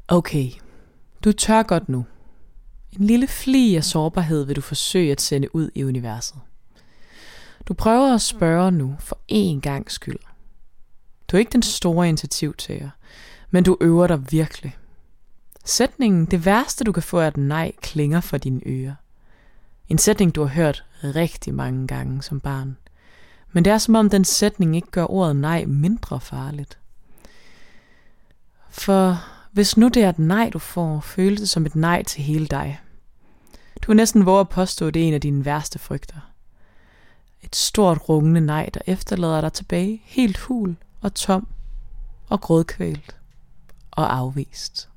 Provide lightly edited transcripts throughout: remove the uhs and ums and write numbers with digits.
Okay, du tør godt nu. En lille flig af sårbarhed vil du forsøge at sende ud i universet. Du prøver at spørge nu for én gangs skyld. Du er ikke den store initiativtager, men du øver dig virkelig. Sætningen, det værste du kan få er et nej, klinger for dine ører. En sætning du har hørt rigtig mange gange som barn. Men det er som om den sætning ikke gør ordet nej mindre farligt. For hvis nu det er et nej du får, føles det som et nej til hele dig. Du vil næsten våge at påstå, at det er en af dine værste frygter. Et stort rungende nej, der efterlader dig tilbage helt hul og tom og grådkvælt og afvist.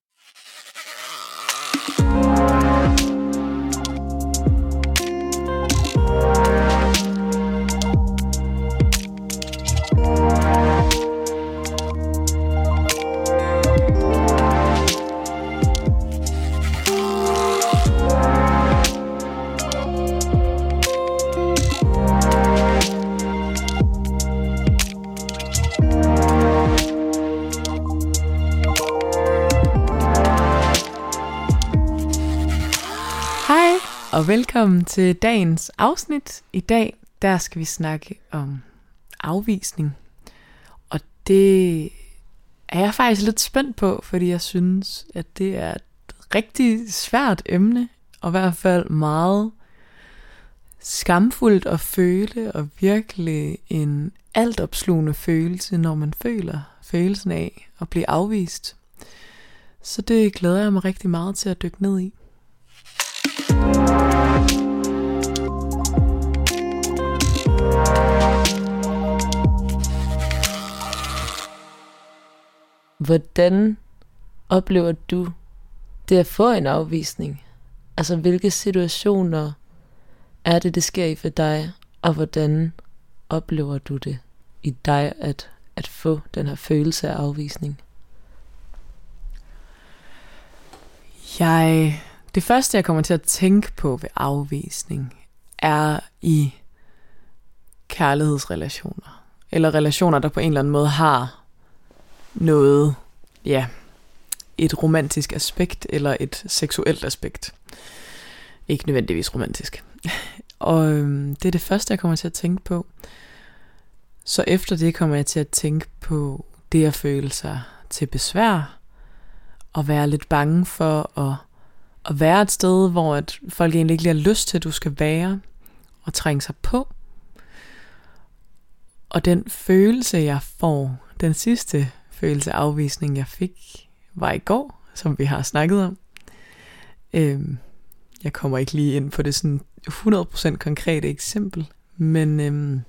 Og velkommen til dagens afsnit. I dag, der skal vi snakke om afvisning. Og det er jeg faktisk lidt spændt på, fordi jeg synes, at det er et rigtig svært emne, og i hvert fald meget skamfuldt at føle, og virkelig en altopslugende følelse, når man føler følelsen af at blive afvist. Så det glæder jeg mig rigtig meget til at dykke ned i. Hvordan oplever du det at få en afvisning? Altså hvilke situationer er det sker i for dig, og hvordan oplever du det i dig at få den her følelse af afvisning? Det første jeg kommer til at tænke på ved afvisning er i kærlighedsrelationer. Eller relationer, der på en eller anden måde har noget, et romantisk aspekt eller et seksuelt aspekt. Ikke nødvendigvis romantisk. Og det er det første jeg kommer til at tænke på. Så efter det kommer jeg til at tænke på det at føle sig til besvær, og være lidt bange for at være et sted, hvor at folk egentlig ikke lige har lyst til, at du skal være, og trænge sig på. Og den følelse, jeg får, den sidste følelse af afvisning, jeg fik, var i går, som vi har snakket om. Jeg kommer ikke lige ind på det sådan 100% konkrete eksempel, men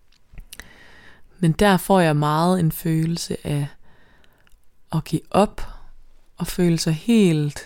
der får jeg meget en følelse af at give op, og føle sig helt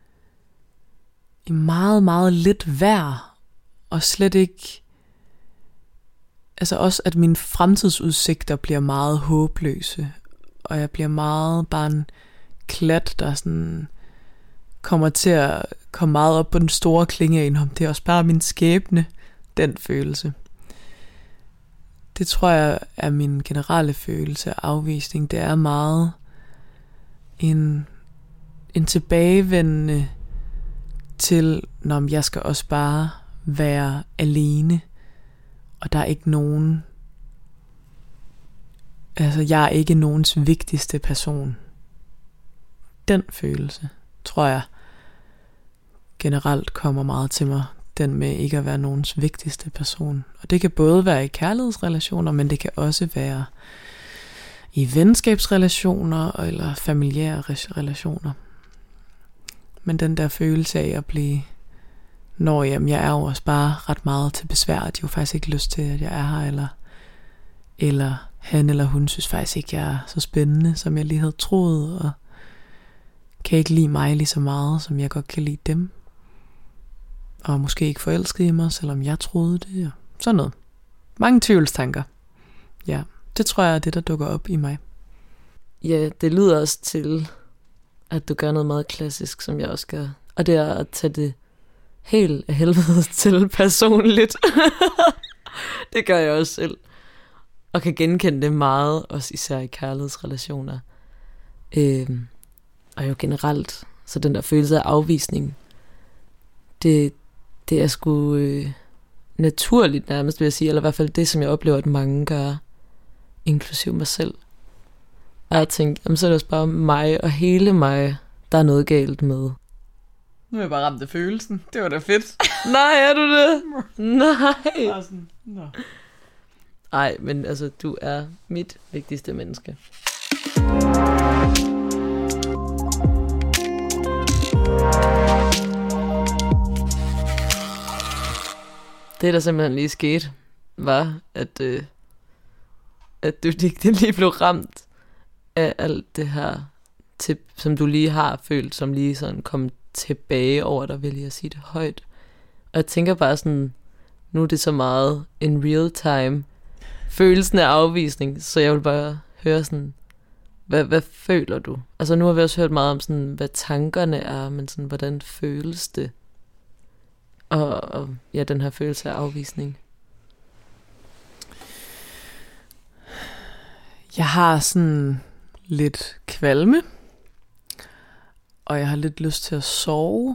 i meget, meget lidt værd, og slet ikke, altså også at mine fremtidsudsigter bliver meget håbløse, og jeg bliver meget bare en klat, der sådan kommer til at komme meget op på den store klinge af, om det er også bare min skæbne, den følelse. Det tror jeg er min generelle følelse af afvisning. Det er meget en tilbagevendende til, når jeg skal også bare være alene, og der er ikke nogen, altså jeg er ikke nogens vigtigste person. Den følelse, tror jeg, generelt kommer meget til mig, den med ikke at være nogens vigtigste person. Og det kan både være i kærlighedsrelationer, men det kan også være i venskabsrelationer eller familiære relationer. Men den der følelse af at blive, jeg er jo også bare ret meget til besvær, at de jo faktisk ikke lyst til, at jeg er her, eller han eller hun synes faktisk ikke, jeg er så spændende, som jeg lige havde troet, og kan ikke lide mig lige så meget, som jeg godt kan lide dem. Og måske ikke forelsket i mig, selvom jeg troede det, og sådan noget. Mange tvivlstanker. Ja, det tror jeg er det, der dukker op i mig. Ja, det lyder også til, at du gør noget meget klassisk, som jeg også gør. Og det er at tage det helt af helvede til personligt. Det gør jeg også selv. Og kan genkende det meget, også især i kærlighedsrelationer. og jo generelt, så den der følelse af afvisning, det er sgu naturligt nærmest, vil jeg sige, eller i hvert fald det, som jeg oplever, at mange gør, inklusiv mig selv. Og jeg tænkte, jamen, så er det også bare mig og hele mig, der er noget galt med. Nu er jeg bare ramt af følelsen. Det var da fedt. Nej, er du det? Nej. Nej, men altså, du er mit vigtigste menneske. Det, der simpelthen lige skete, var, at du lige blev ramt af alt det her tip, som du lige har følt, som lige sådan kom tilbage over dig, vil jeg sige det højt. Og jeg tænker bare sådan, nu er det så meget in real time, følelsen af afvisning, så jeg vil bare høre sådan, hvad føler du? Altså nu har vi også hørt meget om sådan, hvad tankerne er, men sådan, hvordan føles det? Og ja, den her følelse af afvisning. Jeg har sådan lidt kvalme, og jeg har lidt lyst til at sove,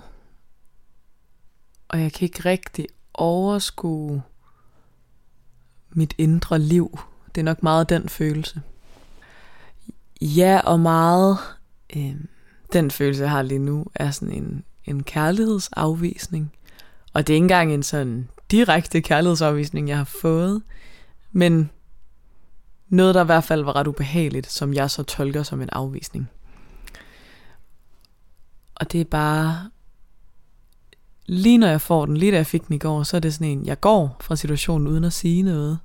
og jeg kan ikke rigtig overskue mit indre liv. Det er nok meget den følelse. Ja, og meget den følelse, jeg har lige nu, er sådan en kærlighedsafvisning. Og det er ikke engang en sådan direkte kærlighedsafvisning, jeg har fået, men noget, der i hvert fald var ret ubehageligt, som jeg så tolker som en afvisning. Og det er bare, lige når jeg får den, lige da jeg fik den i går, så er det sådan en, jeg går fra situationen uden at sige noget,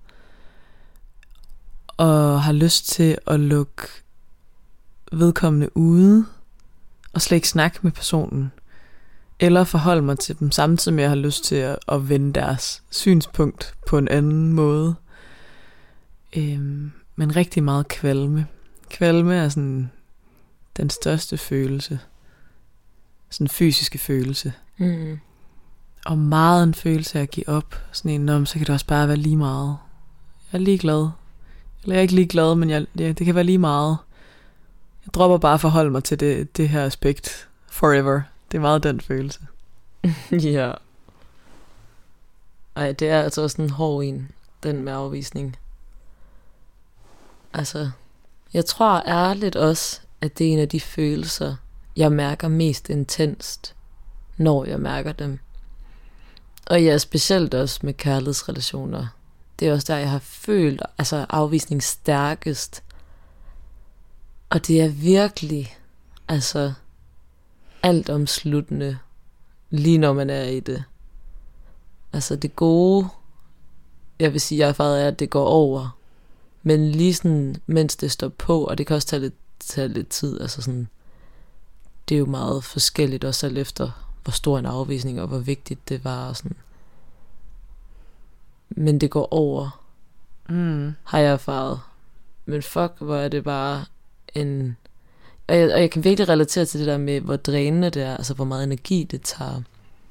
og har lyst til at lukke vedkommende ude, og slet ikke snakke med personen, eller forholde mig til dem, samtidig med at jeg har lyst til at vende deres synspunkt på en anden måde. Men rigtig meget kvalme. Kvalme er sådan den største følelse. Sådan en fysiske følelse. Mm. Og meget en følelse af at give op. Sådan en, så kan det også bare være lige meget. Jeg er ligeglad. Eller jeg er ikke ligeglad, men det kan være lige meget. Jeg dropper bare at forholde mig til det her aspekt forever. Det er meget den følelse. Ja. Ej, det er altså også en hård en, den med afvisning. Altså, jeg tror ærligt også, at det er en af de følelser, jeg mærker mest intenst, når jeg mærker dem. Og ja, specielt også med kærlighedsrelationer. Det er også der, jeg har følt altså afvisning stærkest. Og det er virkelig, altså, altomsluttende, lige når man er i det. Altså det gode, jeg vil sige, jeg erfaret er, at det går over. Men lige sådan, mens det står på, og det kan også tage lidt tid, altså sådan, det er jo meget forskelligt også alt efter, hvor stor en afvisning, og hvor vigtigt det var, og sådan. Men det går over, har jeg erfaret. Men fuck, hvor er det bare en... Og jeg kan virkelig relatere til det der med, hvor drænende det er, altså hvor meget energi det tager.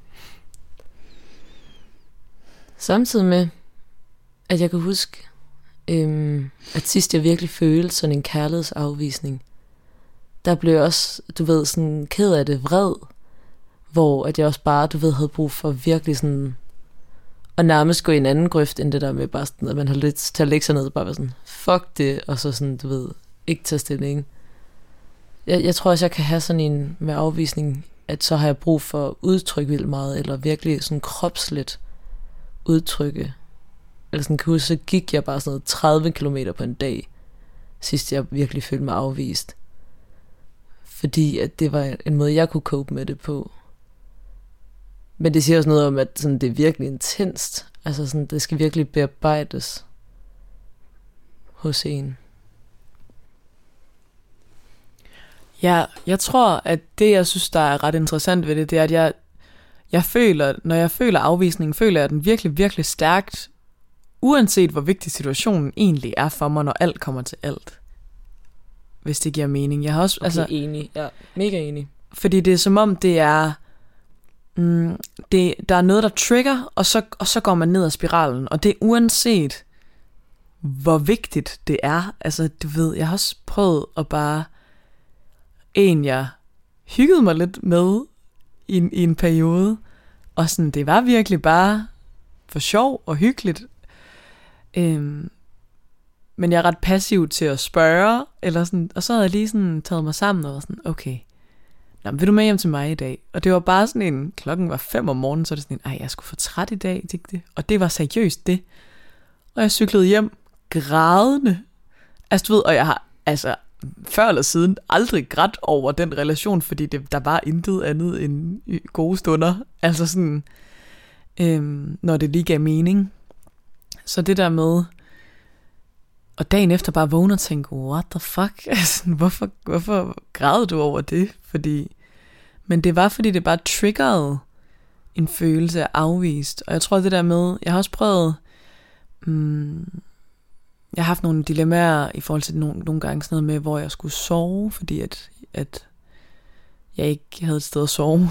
Samtidig med, at jeg kan huske, at sidst jeg virkelig følte sådan en kærlighedsafvisning, der blev jeg også, du ved, sådan ked af det, vred, hvor at jeg også bare, du ved, havde brug for virkelig sådan, og nærmest gå i en anden grøft, end det der med bare sådan, at man har lyst til at lægge sig ned og bare være sådan, fuck det, og så sådan, du ved, ikke tage stilling. Jeg tror også, jeg kan have sådan en med afvisning, at så har jeg brug for at udtrykke vildt meget, eller virkelig sådan kropsligt udtrykke. Eller sådan, kan huske, så gik jeg bare sådan noget 30 kilometer på en dag, sidst jeg virkelig følte mig afvist. Fordi at det var en måde, jeg kunne cope med det på. Men det siger også noget om, at sådan, det er virkelig intenst. Altså sådan, det skal virkelig bearbejdes hos en. Ja, jeg tror, at det, jeg synes, der er ret interessant ved det, det er, at jeg føler, når jeg føler afvisningen, føler jeg den virkelig, virkelig stærkt, uanset hvor vigtig situationen egentlig er for mig, når alt kommer til alt. Hvis det giver mening. Jeg har også, Okay, enig. Ja, mega enig. Fordi det er som om, det er, der er noget, der trigger, og så går man ned ad spiralen. Og det er uanset, hvor vigtigt det er. Altså, du ved, jeg har også prøvet at bare, jeg hyggede mig lidt med i en periode. Og sådan, det var virkelig bare for sjov og hyggeligt. Men jeg er ret passiv til at spørge, eller sådan, og så havde jeg lige sådan taget mig sammen og var sådan, okay, nå, vil du med hjem til mig i dag? Og det var bare sådan en, klokken var 5 om morgenen, så er det sådan en, jeg er sgu for træt i dag, det. Og det var seriøst det. Og jeg cyklede hjem, grædende. Altså du ved, og jeg har før eller siden aldrig grædt over den relation, fordi der var intet andet end gode stunder. Altså sådan, når det lige gav mening. Så det der med, og dagen efter bare vågne og tænke, what the fuck? Altså, hvorfor græd du over det? Men det var, fordi det bare triggerede en følelse af afvist. Og jeg tror det der med, jeg har også prøvet, jeg har haft nogle dilemmaer i forhold til nogle gange sådan noget med, hvor jeg skulle sove, fordi at jeg ikke havde et sted at sove.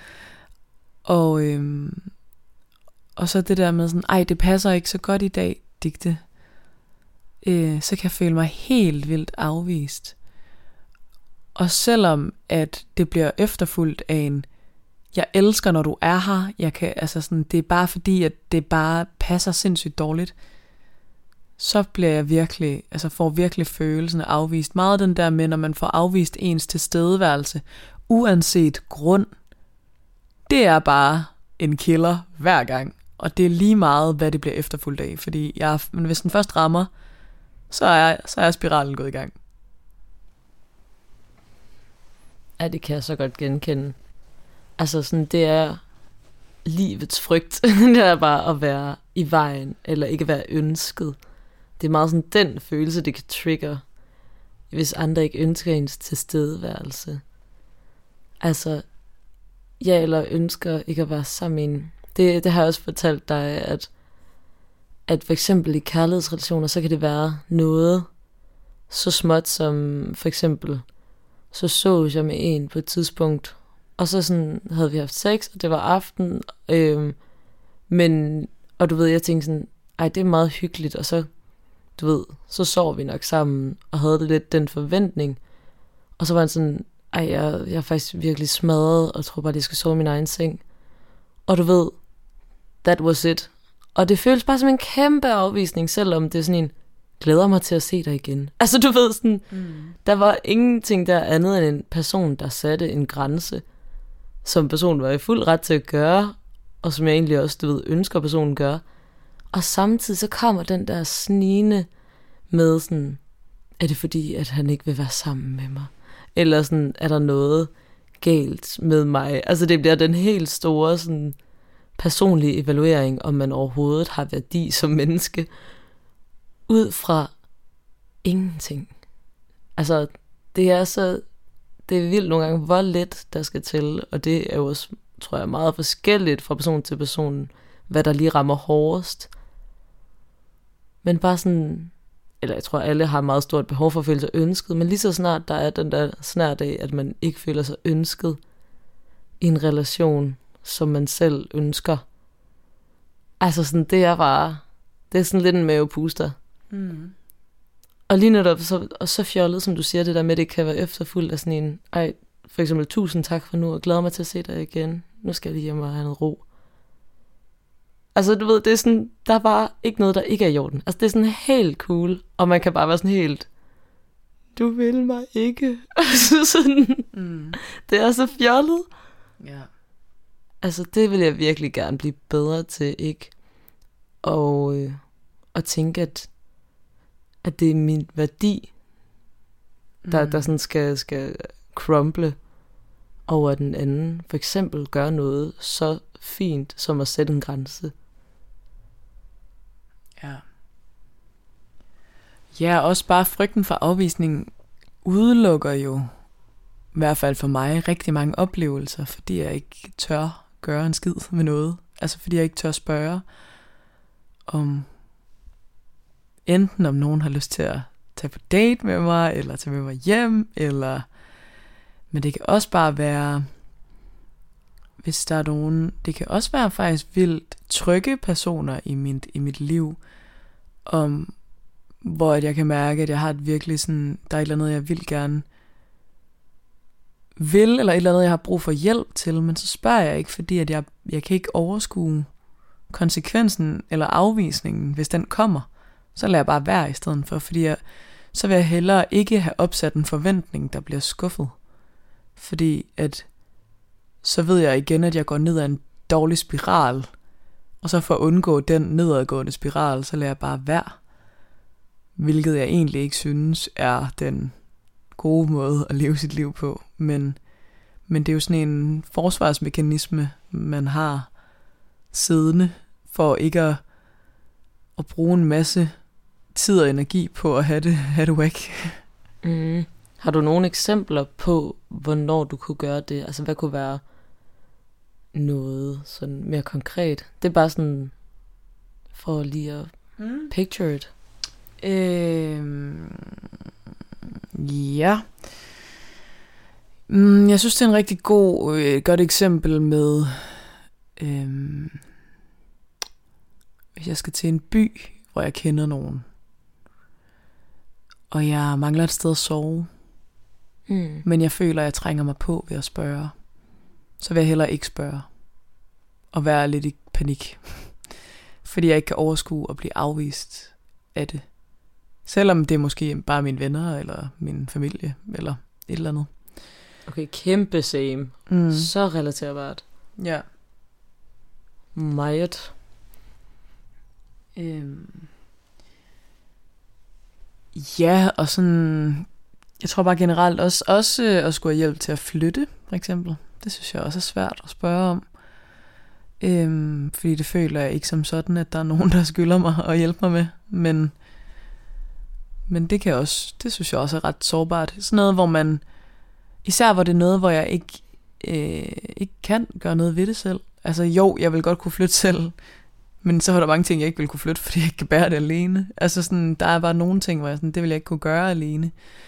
Og så det der med sådan, det passer ikke så godt i dag, digte. Så kan jeg føle mig helt vildt afvist. Og selvom at det bliver efterfulgt af en, jeg elsker når du er her, jeg kan, altså sådan, det er bare fordi at det bare passer sindssygt dårligt, så bliver jeg virkelig, altså får virkelig følelsen af afvist. Meget den der med, når man får afvist ens tilstedeværelse, uanset grund, det er bare en killer hver gang. Og det er lige meget, hvad det bliver efterfulgt af. Fordi men hvis den først rammer, så er spiralen gået i gang. Ja, det kan jeg så godt genkende. Altså sådan, det er livets frygt. Det er bare at være i vejen, eller ikke være ønsket. Det er meget sådan den følelse, det kan trigger, hvis andre ikke ønsker ens tilstedeværelse. Altså, eller ønsker ikke at være sammen. Det har jeg også fortalt dig, at for eksempel i kærlighedsrelationer, så kan det være noget så småt som for eksempel, så jeg med en på et tidspunkt, og så sådan havde vi haft sex, og det var aften, og du ved, jeg tænkte sådan, det er meget hyggeligt, og så, du ved, så sov vi nok sammen, og havde det lidt den forventning, og så var han sådan, jeg er faktisk virkelig smadret, og tror bare, at jeg skal sove i min egen seng, og du ved, that was it. Og det føles bare som en kæmpe afvisning, selvom det er sådan en, glæder mig til at se dig igen. Altså du ved sådan, der var ingenting der andet end en person, der satte en grænse, som personen var i fuld ret til at gøre, og som jeg egentlig også, du ved, ønsker personen gør. Og samtidig så kommer den der snigende med sådan, er det fordi, at han ikke vil være sammen med mig? Eller sådan, er der noget galt med mig? Altså det bliver den helt store sådan personlige evaluering, om man overhovedet har værdi som menneske, ud fra ingenting. Altså, det er vildt nogle gange, hvor lidt der skal til, og det er jo også, tror jeg, meget forskelligt fra person til person, hvad der lige rammer hårdest. Men bare sådan, eller jeg tror, alle har meget stort behov for at føle sig ønsket, men lige så snart der er den der snart af, at man ikke føler sig ønsket i en relation, som man selv ønsker. Altså sådan, det er sådan lidt en mavepuster. Og lige netop, så fjollet, som du siger, det der med, at det kan være efterfuldt af sådan en, for eksempel 1000 tak for nu, og glæder mig til at se dig igen. Nu skal jeg lige hjem og have noget ro. Altså du ved, det er sådan, der er bare ikke noget, der ikke er i orden. Altså det er sådan helt cool, og man kan bare være sådan helt, du vil mig ikke. Altså sådan, det er så fjollet. Ja. Altså det vil jeg virkelig gerne blive bedre til, ikke? Og tænke, at det er min værdi, der sådan skal crumble over den anden. For eksempel gøre noget så fint, som at sætte en grænse. Ja. Ja, også bare frygten for afvisning udelukker jo, i hvert fald for mig, rigtig mange oplevelser, fordi jeg ikke tør gøre en skid med noget. Altså fordi jeg ikke tør spørge om enten om nogen har lyst til at tage på date med mig, eller tage med mig hjem, eller, men det kan også bare være, hvis der er nogen, det kan også være faktisk vildt trygge personer i mit liv, hvor jeg kan mærke, at jeg har et virkelig sådan, der er et eller andet, jeg vil gerne vil, eller et eller andet, jeg har brug for hjælp til, men så spørger jeg ikke, fordi at jeg kan ikke overskue konsekvensen eller afvisningen, hvis den kommer. Så lader jeg bare være i stedet for, fordi så vil jeg hellere ikke have opsat en forventning, der bliver skuffet. Fordi at så ved jeg igen, at jeg går ned ad en dårlig spiral, og så for at undgå den nedadgående spiral, så lader jeg bare være. Hvilket jeg egentlig ikke synes er den gode måde at leve sit liv på. Men det er jo sådan en forsvarsmekanisme, man har siddende, for ikke at bruge en masse tid og energi på at have det væk. Mm. Har du nogle eksempler på, hvornår du kunne gøre det? Altså, hvad kunne være noget sådan mere konkret? Det er bare sådan, for lige at picture it. Ja. Jeg synes, det er en rigtig godt eksempel med, hvis jeg skal til en by, hvor jeg kender nogen, og jeg mangler et sted at sove, men jeg føler, at jeg trænger mig på ved at spørge, så vil jeg hellere ikke spørge, og være lidt i panik, fordi jeg ikke kan overskue at blive afvist af det. Selvom det er måske bare mine venner, eller min familie, eller et eller andet. Okay, kæmpe same. Så relaterbart. Ja. Meget. Ja, og sådan, jeg tror bare generelt også at skulle have hjælp til at flytte, for eksempel. Det synes jeg også er svært at spørge om. Fordi det føler jeg ikke som sådan, at der er nogen, der skylder mig og hjælpe mig med. Men det synes jeg også er ret sårbart. Sådan noget, hvor man, især hvor det er noget, hvor jeg ikke kan gøre noget ved det selv. Altså jo, jeg vil godt kunne flytte selv, men så var der mange ting, jeg ikke ville kunne flytte, fordi jeg ikke kan bære det alene. Altså sådan, der er bare nogle ting, hvor jeg sådan, det vil jeg ikke kunne gøre alene.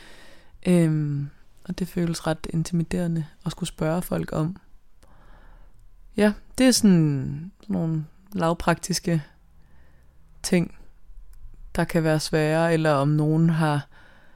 Og det føles ret intimiderende at skulle spørge folk om. Ja, det er sådan nogle lavpraktiske ting, der kan være svære, eller om nogen har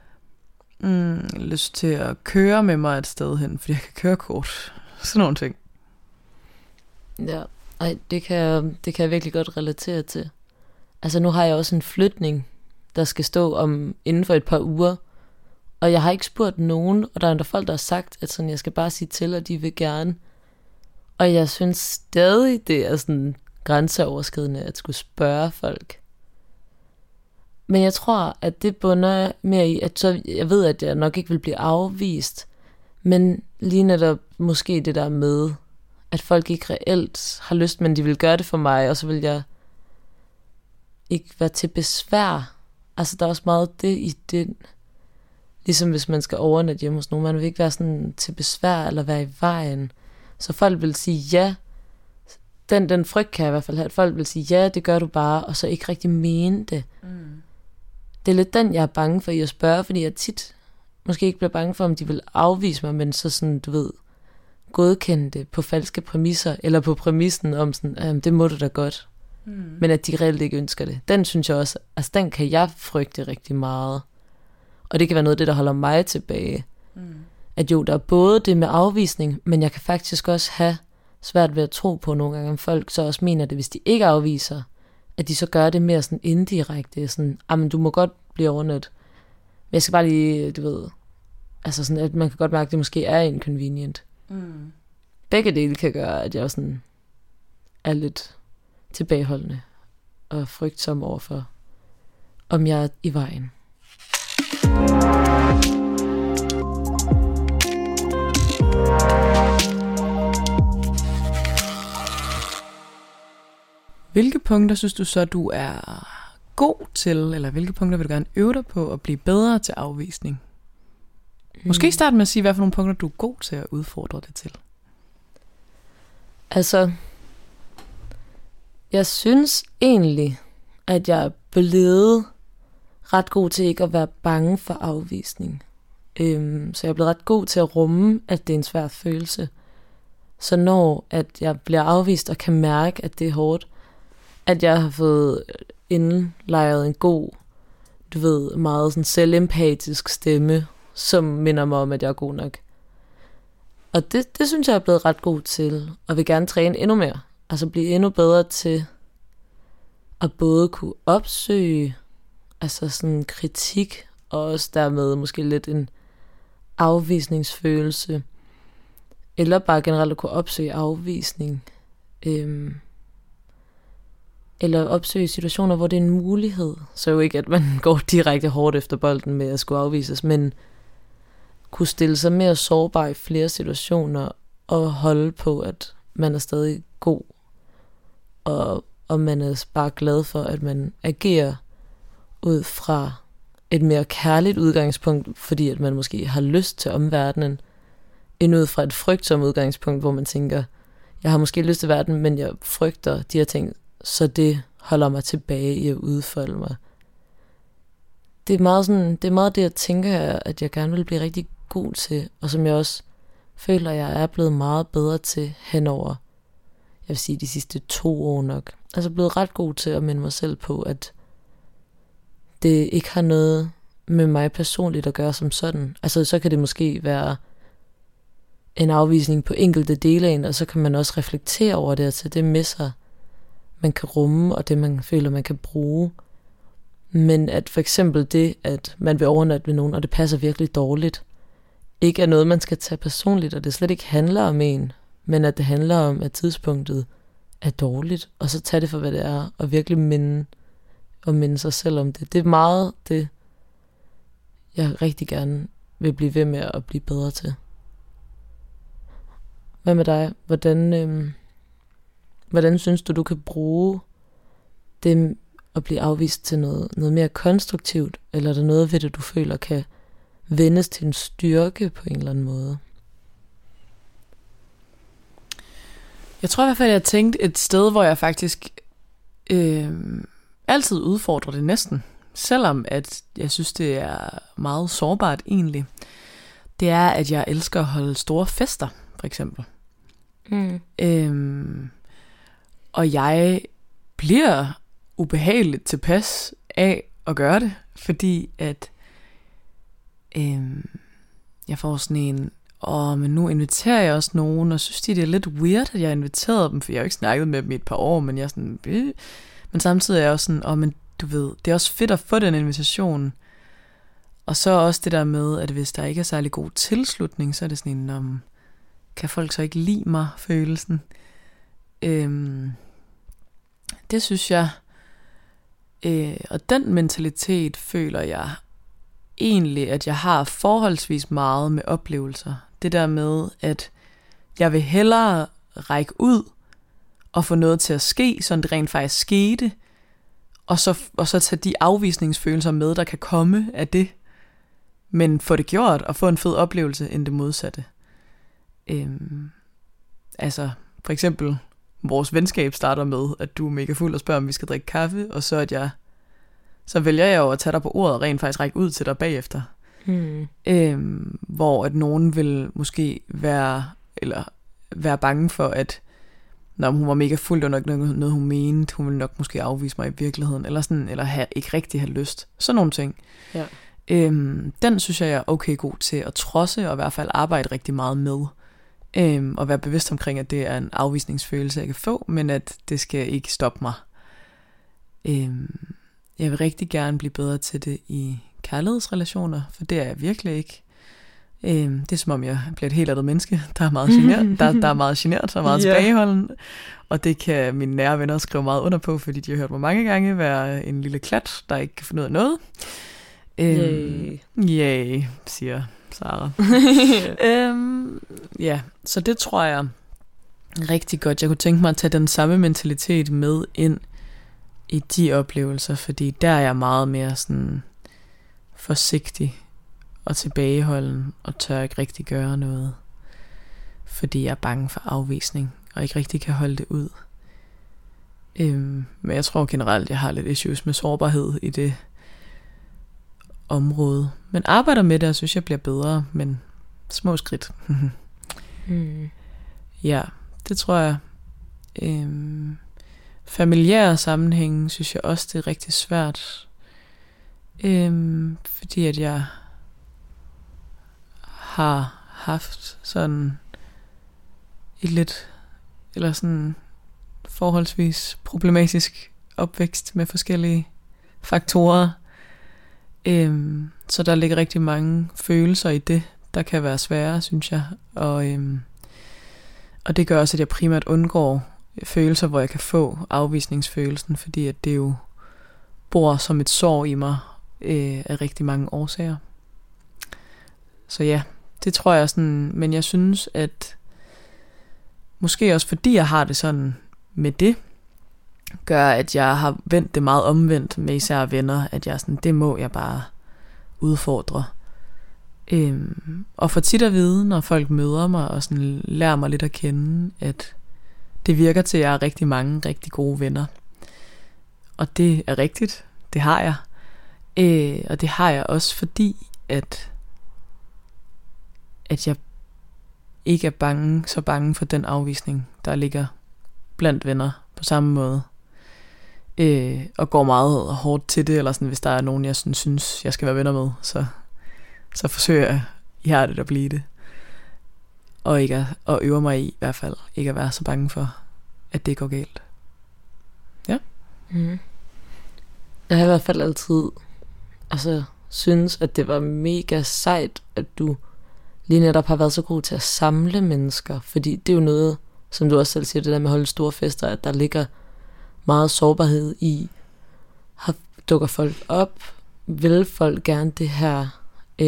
lyst til at køre med mig et sted hen, fordi jeg kan køre kort. Sådan nogle ting. Ja, ej, det kan jeg virkelig godt relatere til. Altså nu har jeg også en flytning, der skal stå om inden for et par uger, og jeg har ikke spurgt nogen, og der er andre folk, der har sagt, at sådan, jeg skal bare sige til, at de vil gerne. Og jeg synes stadig, det er sådan grænseoverskridende at skulle spørge folk. Men jeg tror, at det bunder mere i, at så jeg ved, at jeg nok ikke vil blive afvist, men lige netop måske det der med, at folk ikke reelt har lyst, men de vil gøre det for mig, og så vil jeg ikke være til besvær. Altså der er også meget det i den, ligesom hvis man skal overnatte hjemme hos nogen, man vil ikke være sådan til besvær eller være i vejen. Så folk vil sige ja, den frygt kan jeg i hvert fald have, at folk vil sige ja, det gør du bare, og så ikke rigtig mene det. Det er lidt den, jeg er bange for i at spørge, fordi jeg tit måske ikke bliver bange for, om de vil afvise mig, men så sådan, du ved, godkende det på falske præmisser, eller på præmissen om sådan, det må du da godt. Men at de reelt ikke ønsker det. Den synes jeg også, altså den kan jeg frygte rigtig meget. Og det kan være noget af det, der holder mig tilbage. At jo, der er både det med afvisning, men jeg kan faktisk også have svært ved at tro på nogle gange, om folk så også mener det, hvis de ikke afviser, at de så gør det mere sådan indirekte, sådan, men du må godt blive overnat. Men jeg skal bare lige, du ved, altså sådan, at man kan godt mærke, at det måske er inconvenient. Begge dele kan gøre, at jeg sådan er lidt tilbageholdende og frygtsom overfor, om jeg er i vejen. Hvilke punkter synes du så, du er god til, eller hvilke punkter vil du gerne øve dig på at blive bedre til afvisning? Måske starte med at sige, hvad for nogle punkter du er god til at udfordre det til. Altså, jeg synes egentlig, at jeg er blevet ret god til ikke at være bange for afvisning. Så jeg er blevet ret god til at rumme, at det er en svær følelse. Så når at jeg bliver afvist og kan mærke, at det er hårdt, at jeg har fået indlejret en god, du ved, meget sådan selvempatisk stemme, som minder mig om, at jeg er god nok. Og det synes jeg er blevet ret god til, og vil gerne træne endnu mere. Altså blive endnu bedre til at både kunne opsøge altså sådan kritik, og også dermed måske lidt en afvisningsfølelse, eller bare generelt at kunne opsøge afvisning, eller opsøge situationer, hvor det er en mulighed. Så jo ikke, at man går direkte hårdt efter bolden med at skulle afvises, men kunne stille sig mere sårbar i flere situationer, og holde på, at man er stadig god, og man er bare glad for, at man agerer ud fra et mere kærligt udgangspunkt, fordi at man måske har lyst til omverdenen, end ud fra et frygtsomt udgangspunkt, hvor man tænker, jeg har måske lyst til verden, men jeg frygter de her ting, så det holder mig tilbage i at udfolde mig. Det er meget det, jeg tænker, at jeg gerne vil blive rigtig god til, og som jeg også føler, jeg er blevet meget bedre til henover, jeg vil sige, de sidste 2 år nok. Altså blevet ret god til at minde mig selv på, at det ikke har noget med mig personligt at gøre som sådan. Altså så kan det måske være en afvisning på enkelte dele af en, og så kan man også reflektere over det, og tage det med sig, man kan rumme, og det man føler, man kan bruge. Men at for eksempel det, at man vil overnatte ved nogen, og det passer virkelig dårligt, ikke er noget, man skal tage personligt, og det slet ikke handler om en, men at det handler om, at tidspunktet er dårligt, og så tage det for, hvad det er, og virkelig minde sig selv om det. Det er meget det, jeg rigtig gerne vil blive ved med at blive bedre til. Hvad med dig? Hvordan synes du kan bruge det at blive afvist til noget mere konstruktivt, eller er der noget ved det, du føler kan vendes til en styrke på en eller anden måde? Jeg tror i hvert fald, jeg har tænkt et sted, hvor jeg faktisk altid udfordrer det næsten, selvom at jeg synes, det er meget sårbart egentlig. Det er, at jeg elsker at holde store fester, for eksempel. Og jeg bliver ubehageligt tilpas af at gøre det, fordi at jeg får sådan en, men nu inviterer jeg også nogen, og synes det er lidt weird, at jeg inviterede dem, for jeg har jo ikke snakket med dem i et par år, men jeg er sådan, men samtidig er jeg også sådan, men du ved, det er også fedt at få den invitation, og så også det der med, at hvis der ikke er særlig god tilslutning, så er det sådan en, kan folk så ikke lide mig, følelsen. Det synes jeg, og den mentalitet føler jeg egentlig, at jeg har forholdsvis meget med oplevelser. Det der med, at jeg vil hellere række ud og få noget til at ske, sådan det rent faktisk skete, og så tage de afvisningsfølelser med, der kan komme af det, men få det gjort og få en fed oplevelse end det modsatte. Altså for eksempel vores venskab starter med, at du er mega fuld og spørger, om vi skal drikke kaffe, og så vælger jeg jo at tage dig på ordet og rent faktisk række ud til dig bagefter. Hvor at nogen vil måske være bange for, at når hun var mega fuld, og nok noget hun mente, hun ville nok måske afvise mig i virkeligheden, eller sådan, eller ikke rigtig have lyst. Sådan nogle ting. Ja. Den synes jeg er okay god til at trodse, og i hvert fald arbejde rigtig meget med. Og være bevidst omkring, at det er en afvisningsfølelse, jeg kan få, men at det skal ikke stoppe mig. Jeg vil rigtig gerne blive bedre til det i kærlighedsrelationer, for det er jeg virkelig ikke. Det er som om jeg bliver et helt andet menneske, der er meget genert, der er meget genert og meget tilbageholden, og det kan mine nære venner skrive meget under på, fordi de har hørt mig mange gange være en lille klat, der ikke kan finde ud af noget. Yay, siger Sara. Ja, så det tror jeg rigtig godt. Jeg kunne tænke mig at tage den samme mentalitet med ind i de oplevelser, fordi der er jeg meget mere sådan forsigtig og tilbageholden og tør ikke rigtig gøre noget, fordi jeg er bange for afvisning og ikke rigtig kan holde det ud. Men jeg tror generelt, jeg har lidt issues med sårbarhed i det område. Men arbejder med det, og synes jeg bliver bedre, men små skridt. Ja, det tror jeg. Familiære sammenhænge synes jeg også, det er rigtig svært. Fordi at jeg har haft sådan et lidt, eller sådan forholdsvis problematisk opvækst med forskellige faktorer. Så der ligger rigtig mange følelser i det, der kan være svære, synes jeg. Og det gør også, at jeg primært undgår følelser, hvor jeg kan få afvisningsfølelsen, fordi at det jo bor som et sår i mig af rigtig mange årsager. Så ja, det tror jeg sådan, men jeg synes, at måske også fordi jeg har det sådan med det, gør, at jeg har vendt det meget omvendt med især venner, at jeg sådan, det må jeg bare udfordre. Og for tit at vide, når folk møder mig og sådan lærer mig lidt at kende, at det virker til, at jeg har rigtig mange rigtig gode venner. Og det er rigtigt, det har jeg. Og det har jeg også fordi, at jeg ikke er så bange for den afvisning, der ligger blandt venner på samme måde. Og går meget hårdt til det, eller sådan, hvis der er nogen, jeg synes, jeg skal være venner med, så forsøger jeg ihærdigt at blive det. Og øver mig i hvert fald, ikke at være så bange for, at det går galt. Ja. Mm. Jeg har i hvert fald altid synes, at det var mega sejt, at du lige netop har været så god til at samle mennesker, fordi det er jo noget, som du også selv siger, det der med at holde store fester, at der ligger meget sårbarhed i, dukker folk op, vil folk gerne det her,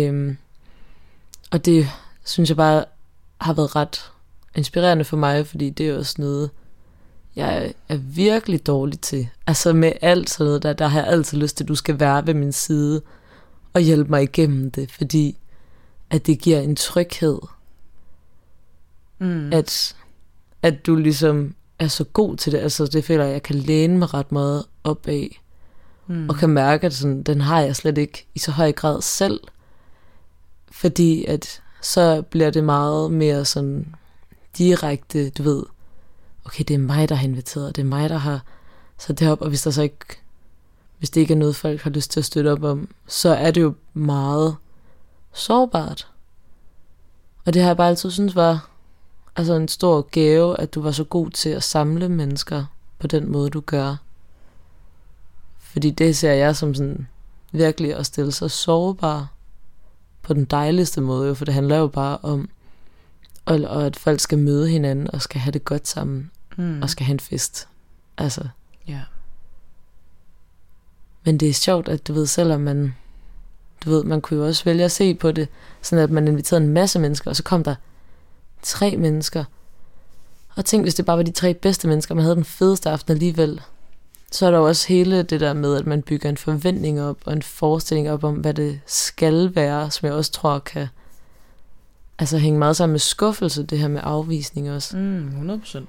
og det synes jeg bare har været ret inspirerende for mig, fordi det er også noget, jeg er virkelig dårlig til. Altså med alt sådan noget, der har jeg altid lyst til, at du skal være ved min side og hjælpe mig igennem det, fordi at det giver en tryghed, at du ligesom er så god til det. Altså det føler jeg kan læne mig ret meget op af, og kan mærke, at sådan, den har jeg slet ikke i så høj grad selv, fordi at så bliver det meget mere sådan direkte, du ved, okay, det er mig, der har inviteret, det er mig, der har sat det op, og hvis det ikke er noget, folk har lyst til at støtte op om, så er det jo meget sårbart. Og det har jeg bare altid synes var altså en stor gave, at du var så god til at samle mennesker på den måde, du gør. Fordi det ser jeg som sådan virkelig at stille sig sårbar på den dejligste måde, for det handler jo bare om, og at folk skal møde hinanden og skal have det godt sammen, og skal have en fest. Altså. Ja. Men det er sjovt, at du ved, selvom man kunne jo også vælge at se på det, sådan at man inviterede en masse mennesker, og så kom der 3 mennesker. Og tænk, hvis det bare var de 3 bedste mennesker, man havde den fedeste aften alligevel. Så er der jo også hele det der med, at man bygger en forventning op, og en forestilling op om, hvad det skal være, som jeg også tror kan hænge meget sammen med skuffelse, det her med afvisning også. 100%.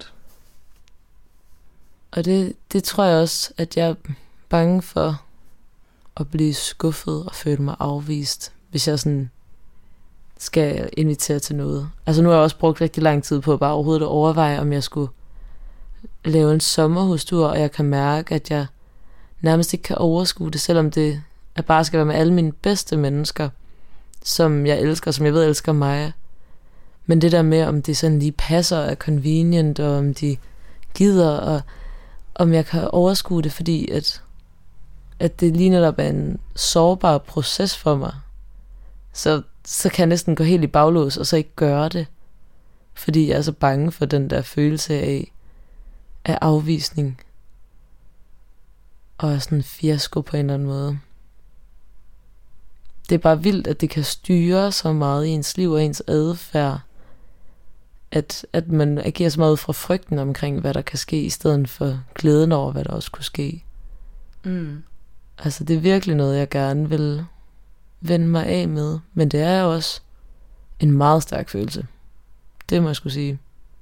Og det tror jeg også, at jeg er bange for at blive skuffet og føle mig afvist, hvis jeg sådan skal invitere til noget. Altså nu har jeg også brugt rigtig lang tid på bare overhovedet at overveje, om jeg skulle lave en sommerhustur, og jeg kan mærke, at jeg nærmest ikke kan overskue det, selvom det bare skal være med alle mine bedste mennesker, som jeg elsker, som jeg ved elsker mig. Men det der med, om det sådan lige passer, er convenient, og om de gider, og om jeg kan overskue det, fordi at det lige netop er en sårbar proces for mig, så kan jeg næsten gå helt i baglås, og så ikke gøre det, fordi jeg er så bange for den der følelse af afvisning, og sådan en fiasko på en eller anden måde. Det er bare vildt, at det kan styre så meget i ens liv og ens adfærd, at man agerer så meget ud fra frygten omkring, hvad der kan ske, i stedet for glæden over, hvad der også kunne ske. Altså det er virkelig noget, jeg gerne vil vende mig af med, men det er også en meget stærk følelse. Det må jeg skulle sige.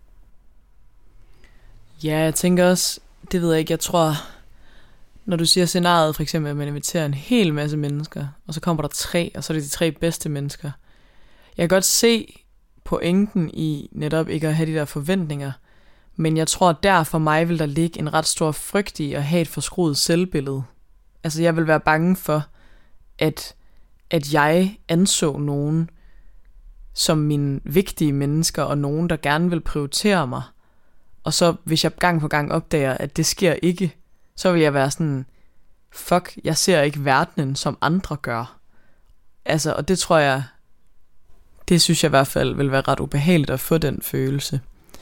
Ja, jeg tænker også, det ved jeg ikke, jeg tror, når du siger scenariet, for eksempel, at man inviterer en hel masse mennesker, og så kommer der 3, og så er det de 3 bedste mennesker. Jeg kan godt se pointen i netop ikke at have de der forventninger, men jeg tror, der for mig vil der ligge en ret stor frygt i at have et forskruet selvbillede. Altså jeg vil være bange for, at jeg anså nogen som mine vigtige mennesker, og nogen, der gerne vil prioritere mig. Og så, hvis jeg gang på gang opdager, at det sker ikke, så vil jeg være sådan, fuck, jeg ser ikke verdenen, som andre gør. Altså, og det tror jeg, det synes jeg i hvert fald vil være ret ubehageligt at få den følelse.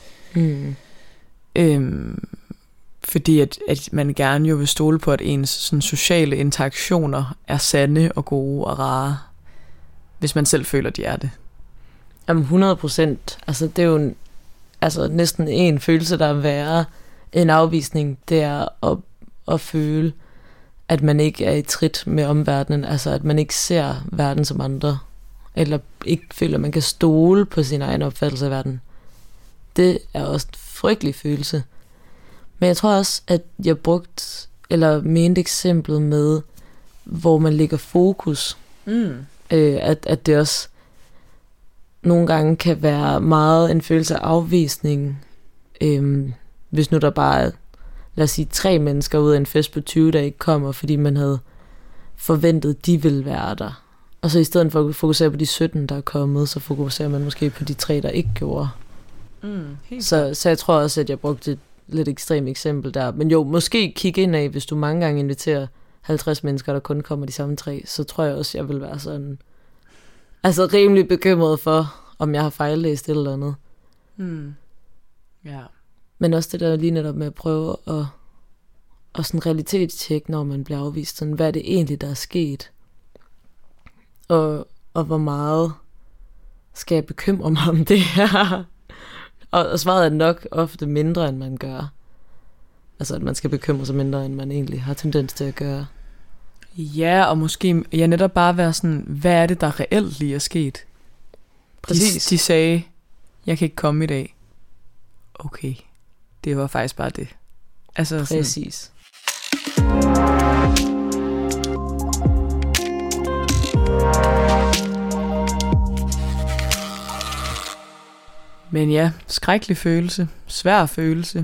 Fordi at man gerne jo vil stole på, at ens sådan, sociale interaktioner er sande og gode og rare, hvis man selv føler, de er det. Jamen 100%. Altså det er jo næsten en følelse, der er værre end afvisning. Det er at føle, at man ikke er i trit med omverdenen. Altså at man ikke ser verden som andre. Eller ikke føler, at man kan stole på sin egen opfattelse af verden. Det er også en frygtelig følelse. Men jeg tror også, at jeg mente eksemplet med, hvor man lægger fokus. At det også nogle gange kan være meget en følelse af afvisning. Hvis nu der bare er, lad os sige, 3 mennesker ud af en fest på 20, der ikke kommer, fordi man havde forventet, de ville være der. Og så i stedet for at fokusere på de 17, der er kommet, så fokuserer man måske på de 3, der ikke gjorde. Så jeg tror også, at jeg brugte et lidt ekstremt eksempel der. Men jo, måske kigge ind af, hvis du mange gange inviterer 50 mennesker, der kun kommer de samme 3, så tror jeg også, jeg vil være sådan, altså rimelig bekymret for, om jeg har fejllæst et eller andet. Ja. Men også det der lige netop med at prøve at sådan realitetstjekke, når man bliver afvist. Sådan, hvad er det egentlig, der er sket? Og hvor meget skal jeg bekymre mig om det her? Og svaret er nok ofte mindre, end man gør. Altså, at man skal bekymre sig mindre, end man egentlig har tendens til at gøre. Ja, og måske netop bare være sådan, hvad er det, der reelt lige er sket? Præcis. De sagde, jeg kan ikke komme i dag. Okay, det var faktisk bare det. Altså, præcis. Men ja, skrækkelig følelse, svær følelse.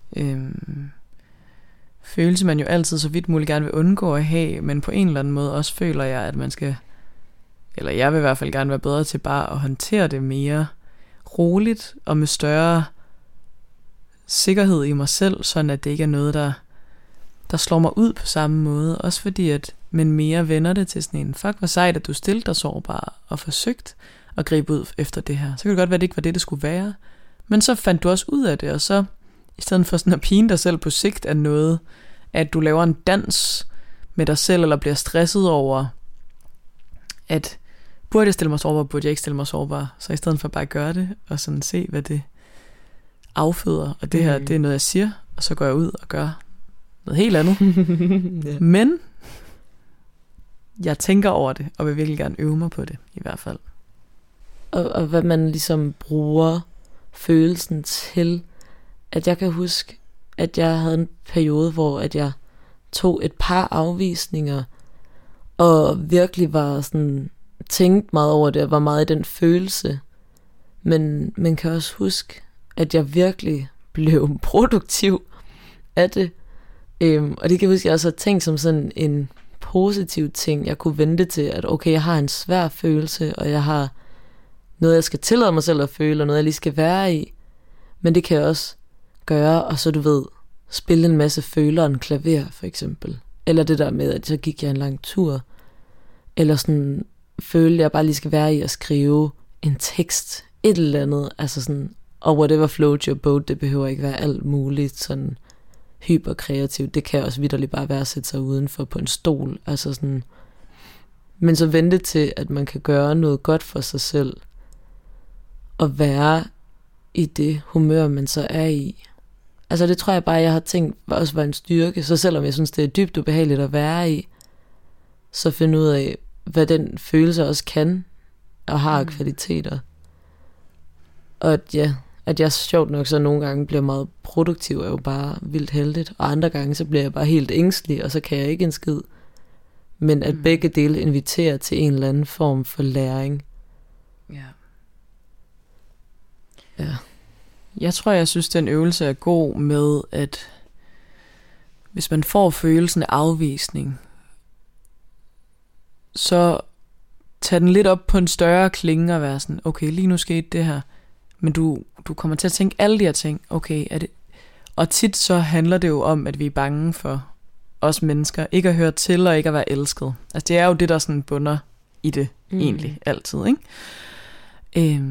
Følelse man jo altid så vidt muligt gerne vil undgå at have, men på en eller anden måde også føler jeg, at man skal, eller jeg vil i hvert fald gerne være bedre til bare at håndtere det mere roligt og med større sikkerhed i mig selv, sådan at det ikke er noget, der slår mig ud på samme måde. Også fordi, at man mere vender det til sådan en, fuck hvor sejt, at du stillede dig sårbar og forsøgt at gribe ud efter det her. Så kan det godt være, at det ikke var det skulle være. Men så fandt du også ud af det, og så i stedet for sådan at pine dig selv på sigt af noget, at du laver en dans med dig selv, eller bliver stresset over, at burde jeg stille mig sårbar, burde jeg ikke stille mig sårbar, så i stedet for bare at gøre det, og sådan se, hvad det afføder, og det her, det er noget, jeg siger, og så går jeg ud og gør noget helt andet. Yeah. Men jeg tænker over det, og vil virkelig gerne øve mig på det, i hvert fald. Og hvad man ligesom bruger følelsen til, at jeg kan huske, at jeg havde en periode, hvor at jeg tog et par afvisninger, og virkelig var sådan, tænkt meget over det, og var meget i den følelse. Men man kan også huske, at jeg virkelig blev produktiv af det. Og det kan jeg huske, at jeg også har tænkt som sådan en positiv ting, jeg kunne vente til, at okay, jeg har en svær følelse, og jeg har noget, jeg skal tillade mig selv at føle, og noget, jeg lige skal være i. Men det kan jeg også gøre, og så du ved, spille en masse føler en klaver, for eksempel. Eller det der med, at så gik jeg en lang tur. Eller sådan, føle, jeg bare lige skal være i at skrive en tekst, et eller andet, altså sådan, og whatever floats your boat, det behøver ikke være alt muligt, sådan hyperkreativt. Det kan også vitterligt bare være at sætte sig udenfor på en stol, altså sådan. Men så vente til, at man kan gøre noget godt for sig selv, og være i det humør, man så er i. Altså det tror jeg bare, jeg har tænkt, også var en styrke. Så selvom jeg synes, det er dybt ubehageligt at være i, så finde ud af, hvad den følelse også kan, og har kvaliteter. Og at jeg sjovt nok så nogle gange bliver meget produktiv, er jo bare vildt heldigt. Og andre gange, så bliver jeg bare helt ængstelig, og så kan jeg ikke en skid. Men at begge dele inviterer til en eller anden form for læring. Ja. Ja. Jeg tror, jeg synes, den øvelse er god med, at hvis man får følelsen af afvisning, så tage den lidt op på en større klinge og være sådan, okay, lige nu skete det her, men du kommer til at tænke alle de her ting, okay, er det... Og tit så handler det jo om, at vi er bange for os mennesker, ikke at høre til og ikke at være elsket. Altså det er jo det, der sådan bunder i det, egentlig, altid, ikke?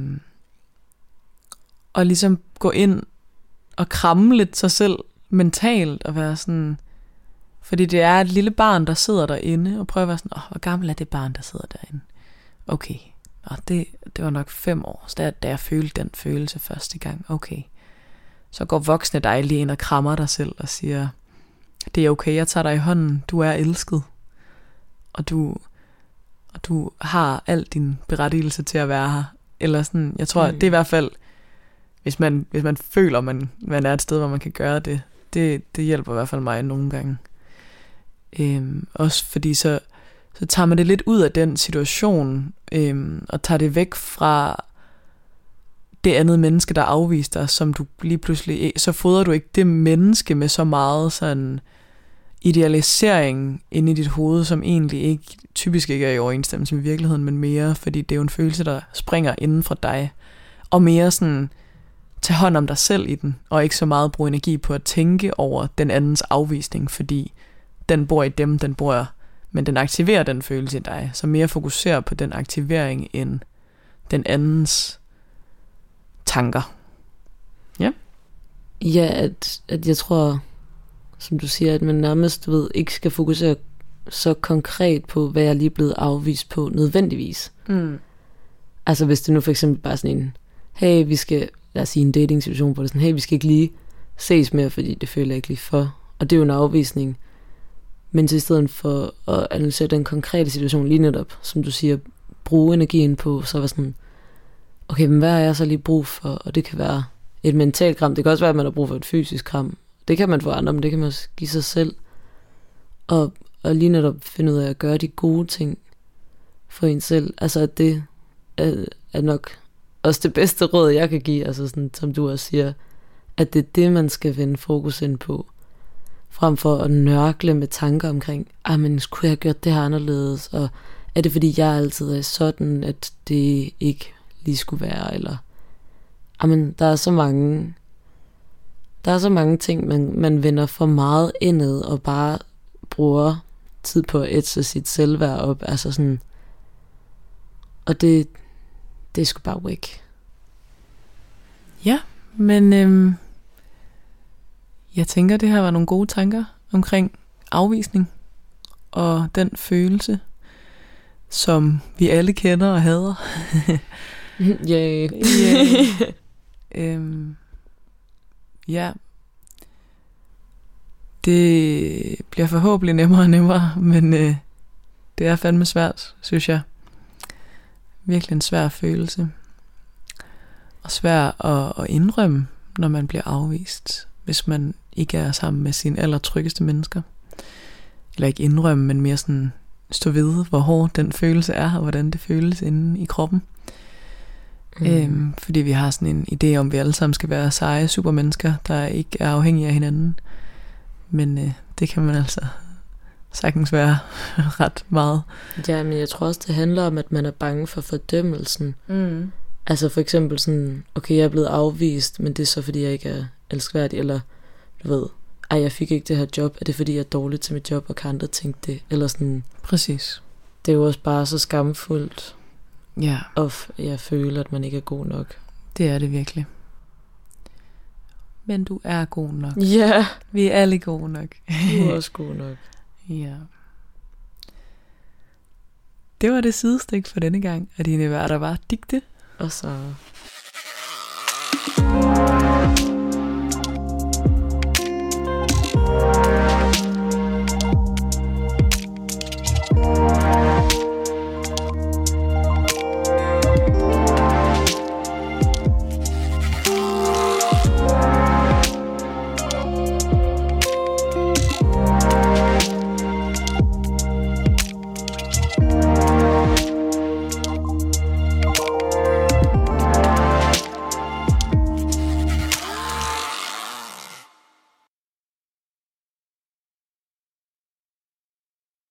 Og ligesom gå ind og kramme lidt sig selv mentalt, og være sådan... Fordi det er et lille barn, der sidder derinde, og prøver at være sådan, hvor gammel er det barn, der sidder derinde? Okay, det var nok 5 år, så da jeg følte den følelse første gang, okay. Så går voksne dig lige ind og krammer dig selv og siger, det er okay, jeg tager dig i hånden, du er elsket. Og du har al din berettigelse til at være her. Eller sådan, jeg tror, det er i hvert fald, hvis man føler, man er et sted, hvor man kan gøre det, det hjælper i hvert fald mig nogle gange. Også fordi så tager man det lidt ud af den situation, og tager det væk fra det andet menneske, der afviser dig, som du lige pludselig, så fodrer du ikke det menneske med så meget sådan idealisering inde i dit hoved, som egentlig ikke, typisk ikke er i overensstemmelse med virkeligheden, men mere, fordi det er jo en følelse, der springer inden fra dig, og mere sådan, tage hånd om dig selv i den, og ikke så meget bruge energi på at tænke over den andens afvisning, fordi den bor i dem, men den aktiverer den følelse i dig, så mere fokusere på den aktivering, end den andens tanker. Ja? Ja, at jeg tror, som du siger, at man nærmest ikke skal fokusere så konkret på, hvad jeg lige er blevet afvist på, nødvendigvis. Altså hvis det nu for eksempel bare sådan en, hey, vi skal, lad os sige en dating situation, hvor det er sådan, hey, vi skal ikke lige ses mere, fordi det føler jeg ikke lige for. Og det er jo en afvisning. Men til i stedet for at analysere den konkrete situation lige netop, som du siger, bruge energien på, så var sådan, okay, men hvad har jeg så lige brug for? Og det kan være et mentalt kram. Det kan også være, at man har brug for et fysisk kram. Det kan man få andre, men det kan man også give sig selv. Og lige netop finde ud af at gøre de gode ting for en selv. Altså at det er nok også det bedste råd, jeg kan give. Altså sådan, som du også siger, at det er det, man skal vende fokus ind på. Frem for at nørkle med tanker omkring, men skulle jeg have gjort det her anderledes? Og er det fordi, jeg altid er sådan, at det ikke lige skulle være? Eller, der er så mange ting, man vender for meget indad, og bare bruger tid på at ætse sit selvværd op. Altså sådan, og det er sgu bare væk. Ja, men jeg tænker, det her var nogle gode tanker omkring afvisning og den følelse, som vi alle kender og hader. Yeah. Ja. Det bliver forhåbentlig nemmere og nemmere, men det er fandme svært, synes jeg. Virkelig en svær følelse. Og svær at indrømme, når man bliver afvist, hvis man ikke er sammen med sine allertryggeste mennesker. Eller ikke indrømme, men mere sådan stå ved, hvor hård den følelse er, og hvordan det føles inde i kroppen. Fordi vi har sådan en idé om, at vi alle sammen skal være seje supermennesker, der ikke er afhængige af hinanden. Men det kan man altså sagtens være ret meget. Ja, men jeg tror også, det handler om, at man er bange for fordømmelsen. Altså for eksempel sådan, okay, jeg er blevet afvist, men det er så fordi, jeg ikke er elskværdig, eller du ved, jeg fik ikke det her job, er det fordi, jeg er dårlig til mit job, og kan andre tænke det, eller sådan. Præcis. Det er jo også bare så skamfuldt, ja. Og jeg føler, at man ikke er god nok. Det er det virkelig. Men du er god nok. Ja. Yeah. Vi er alle gode nok. Du er også god nok. Ja. Det var det sidestik for denne gang, at dine værter var Digte og Sara.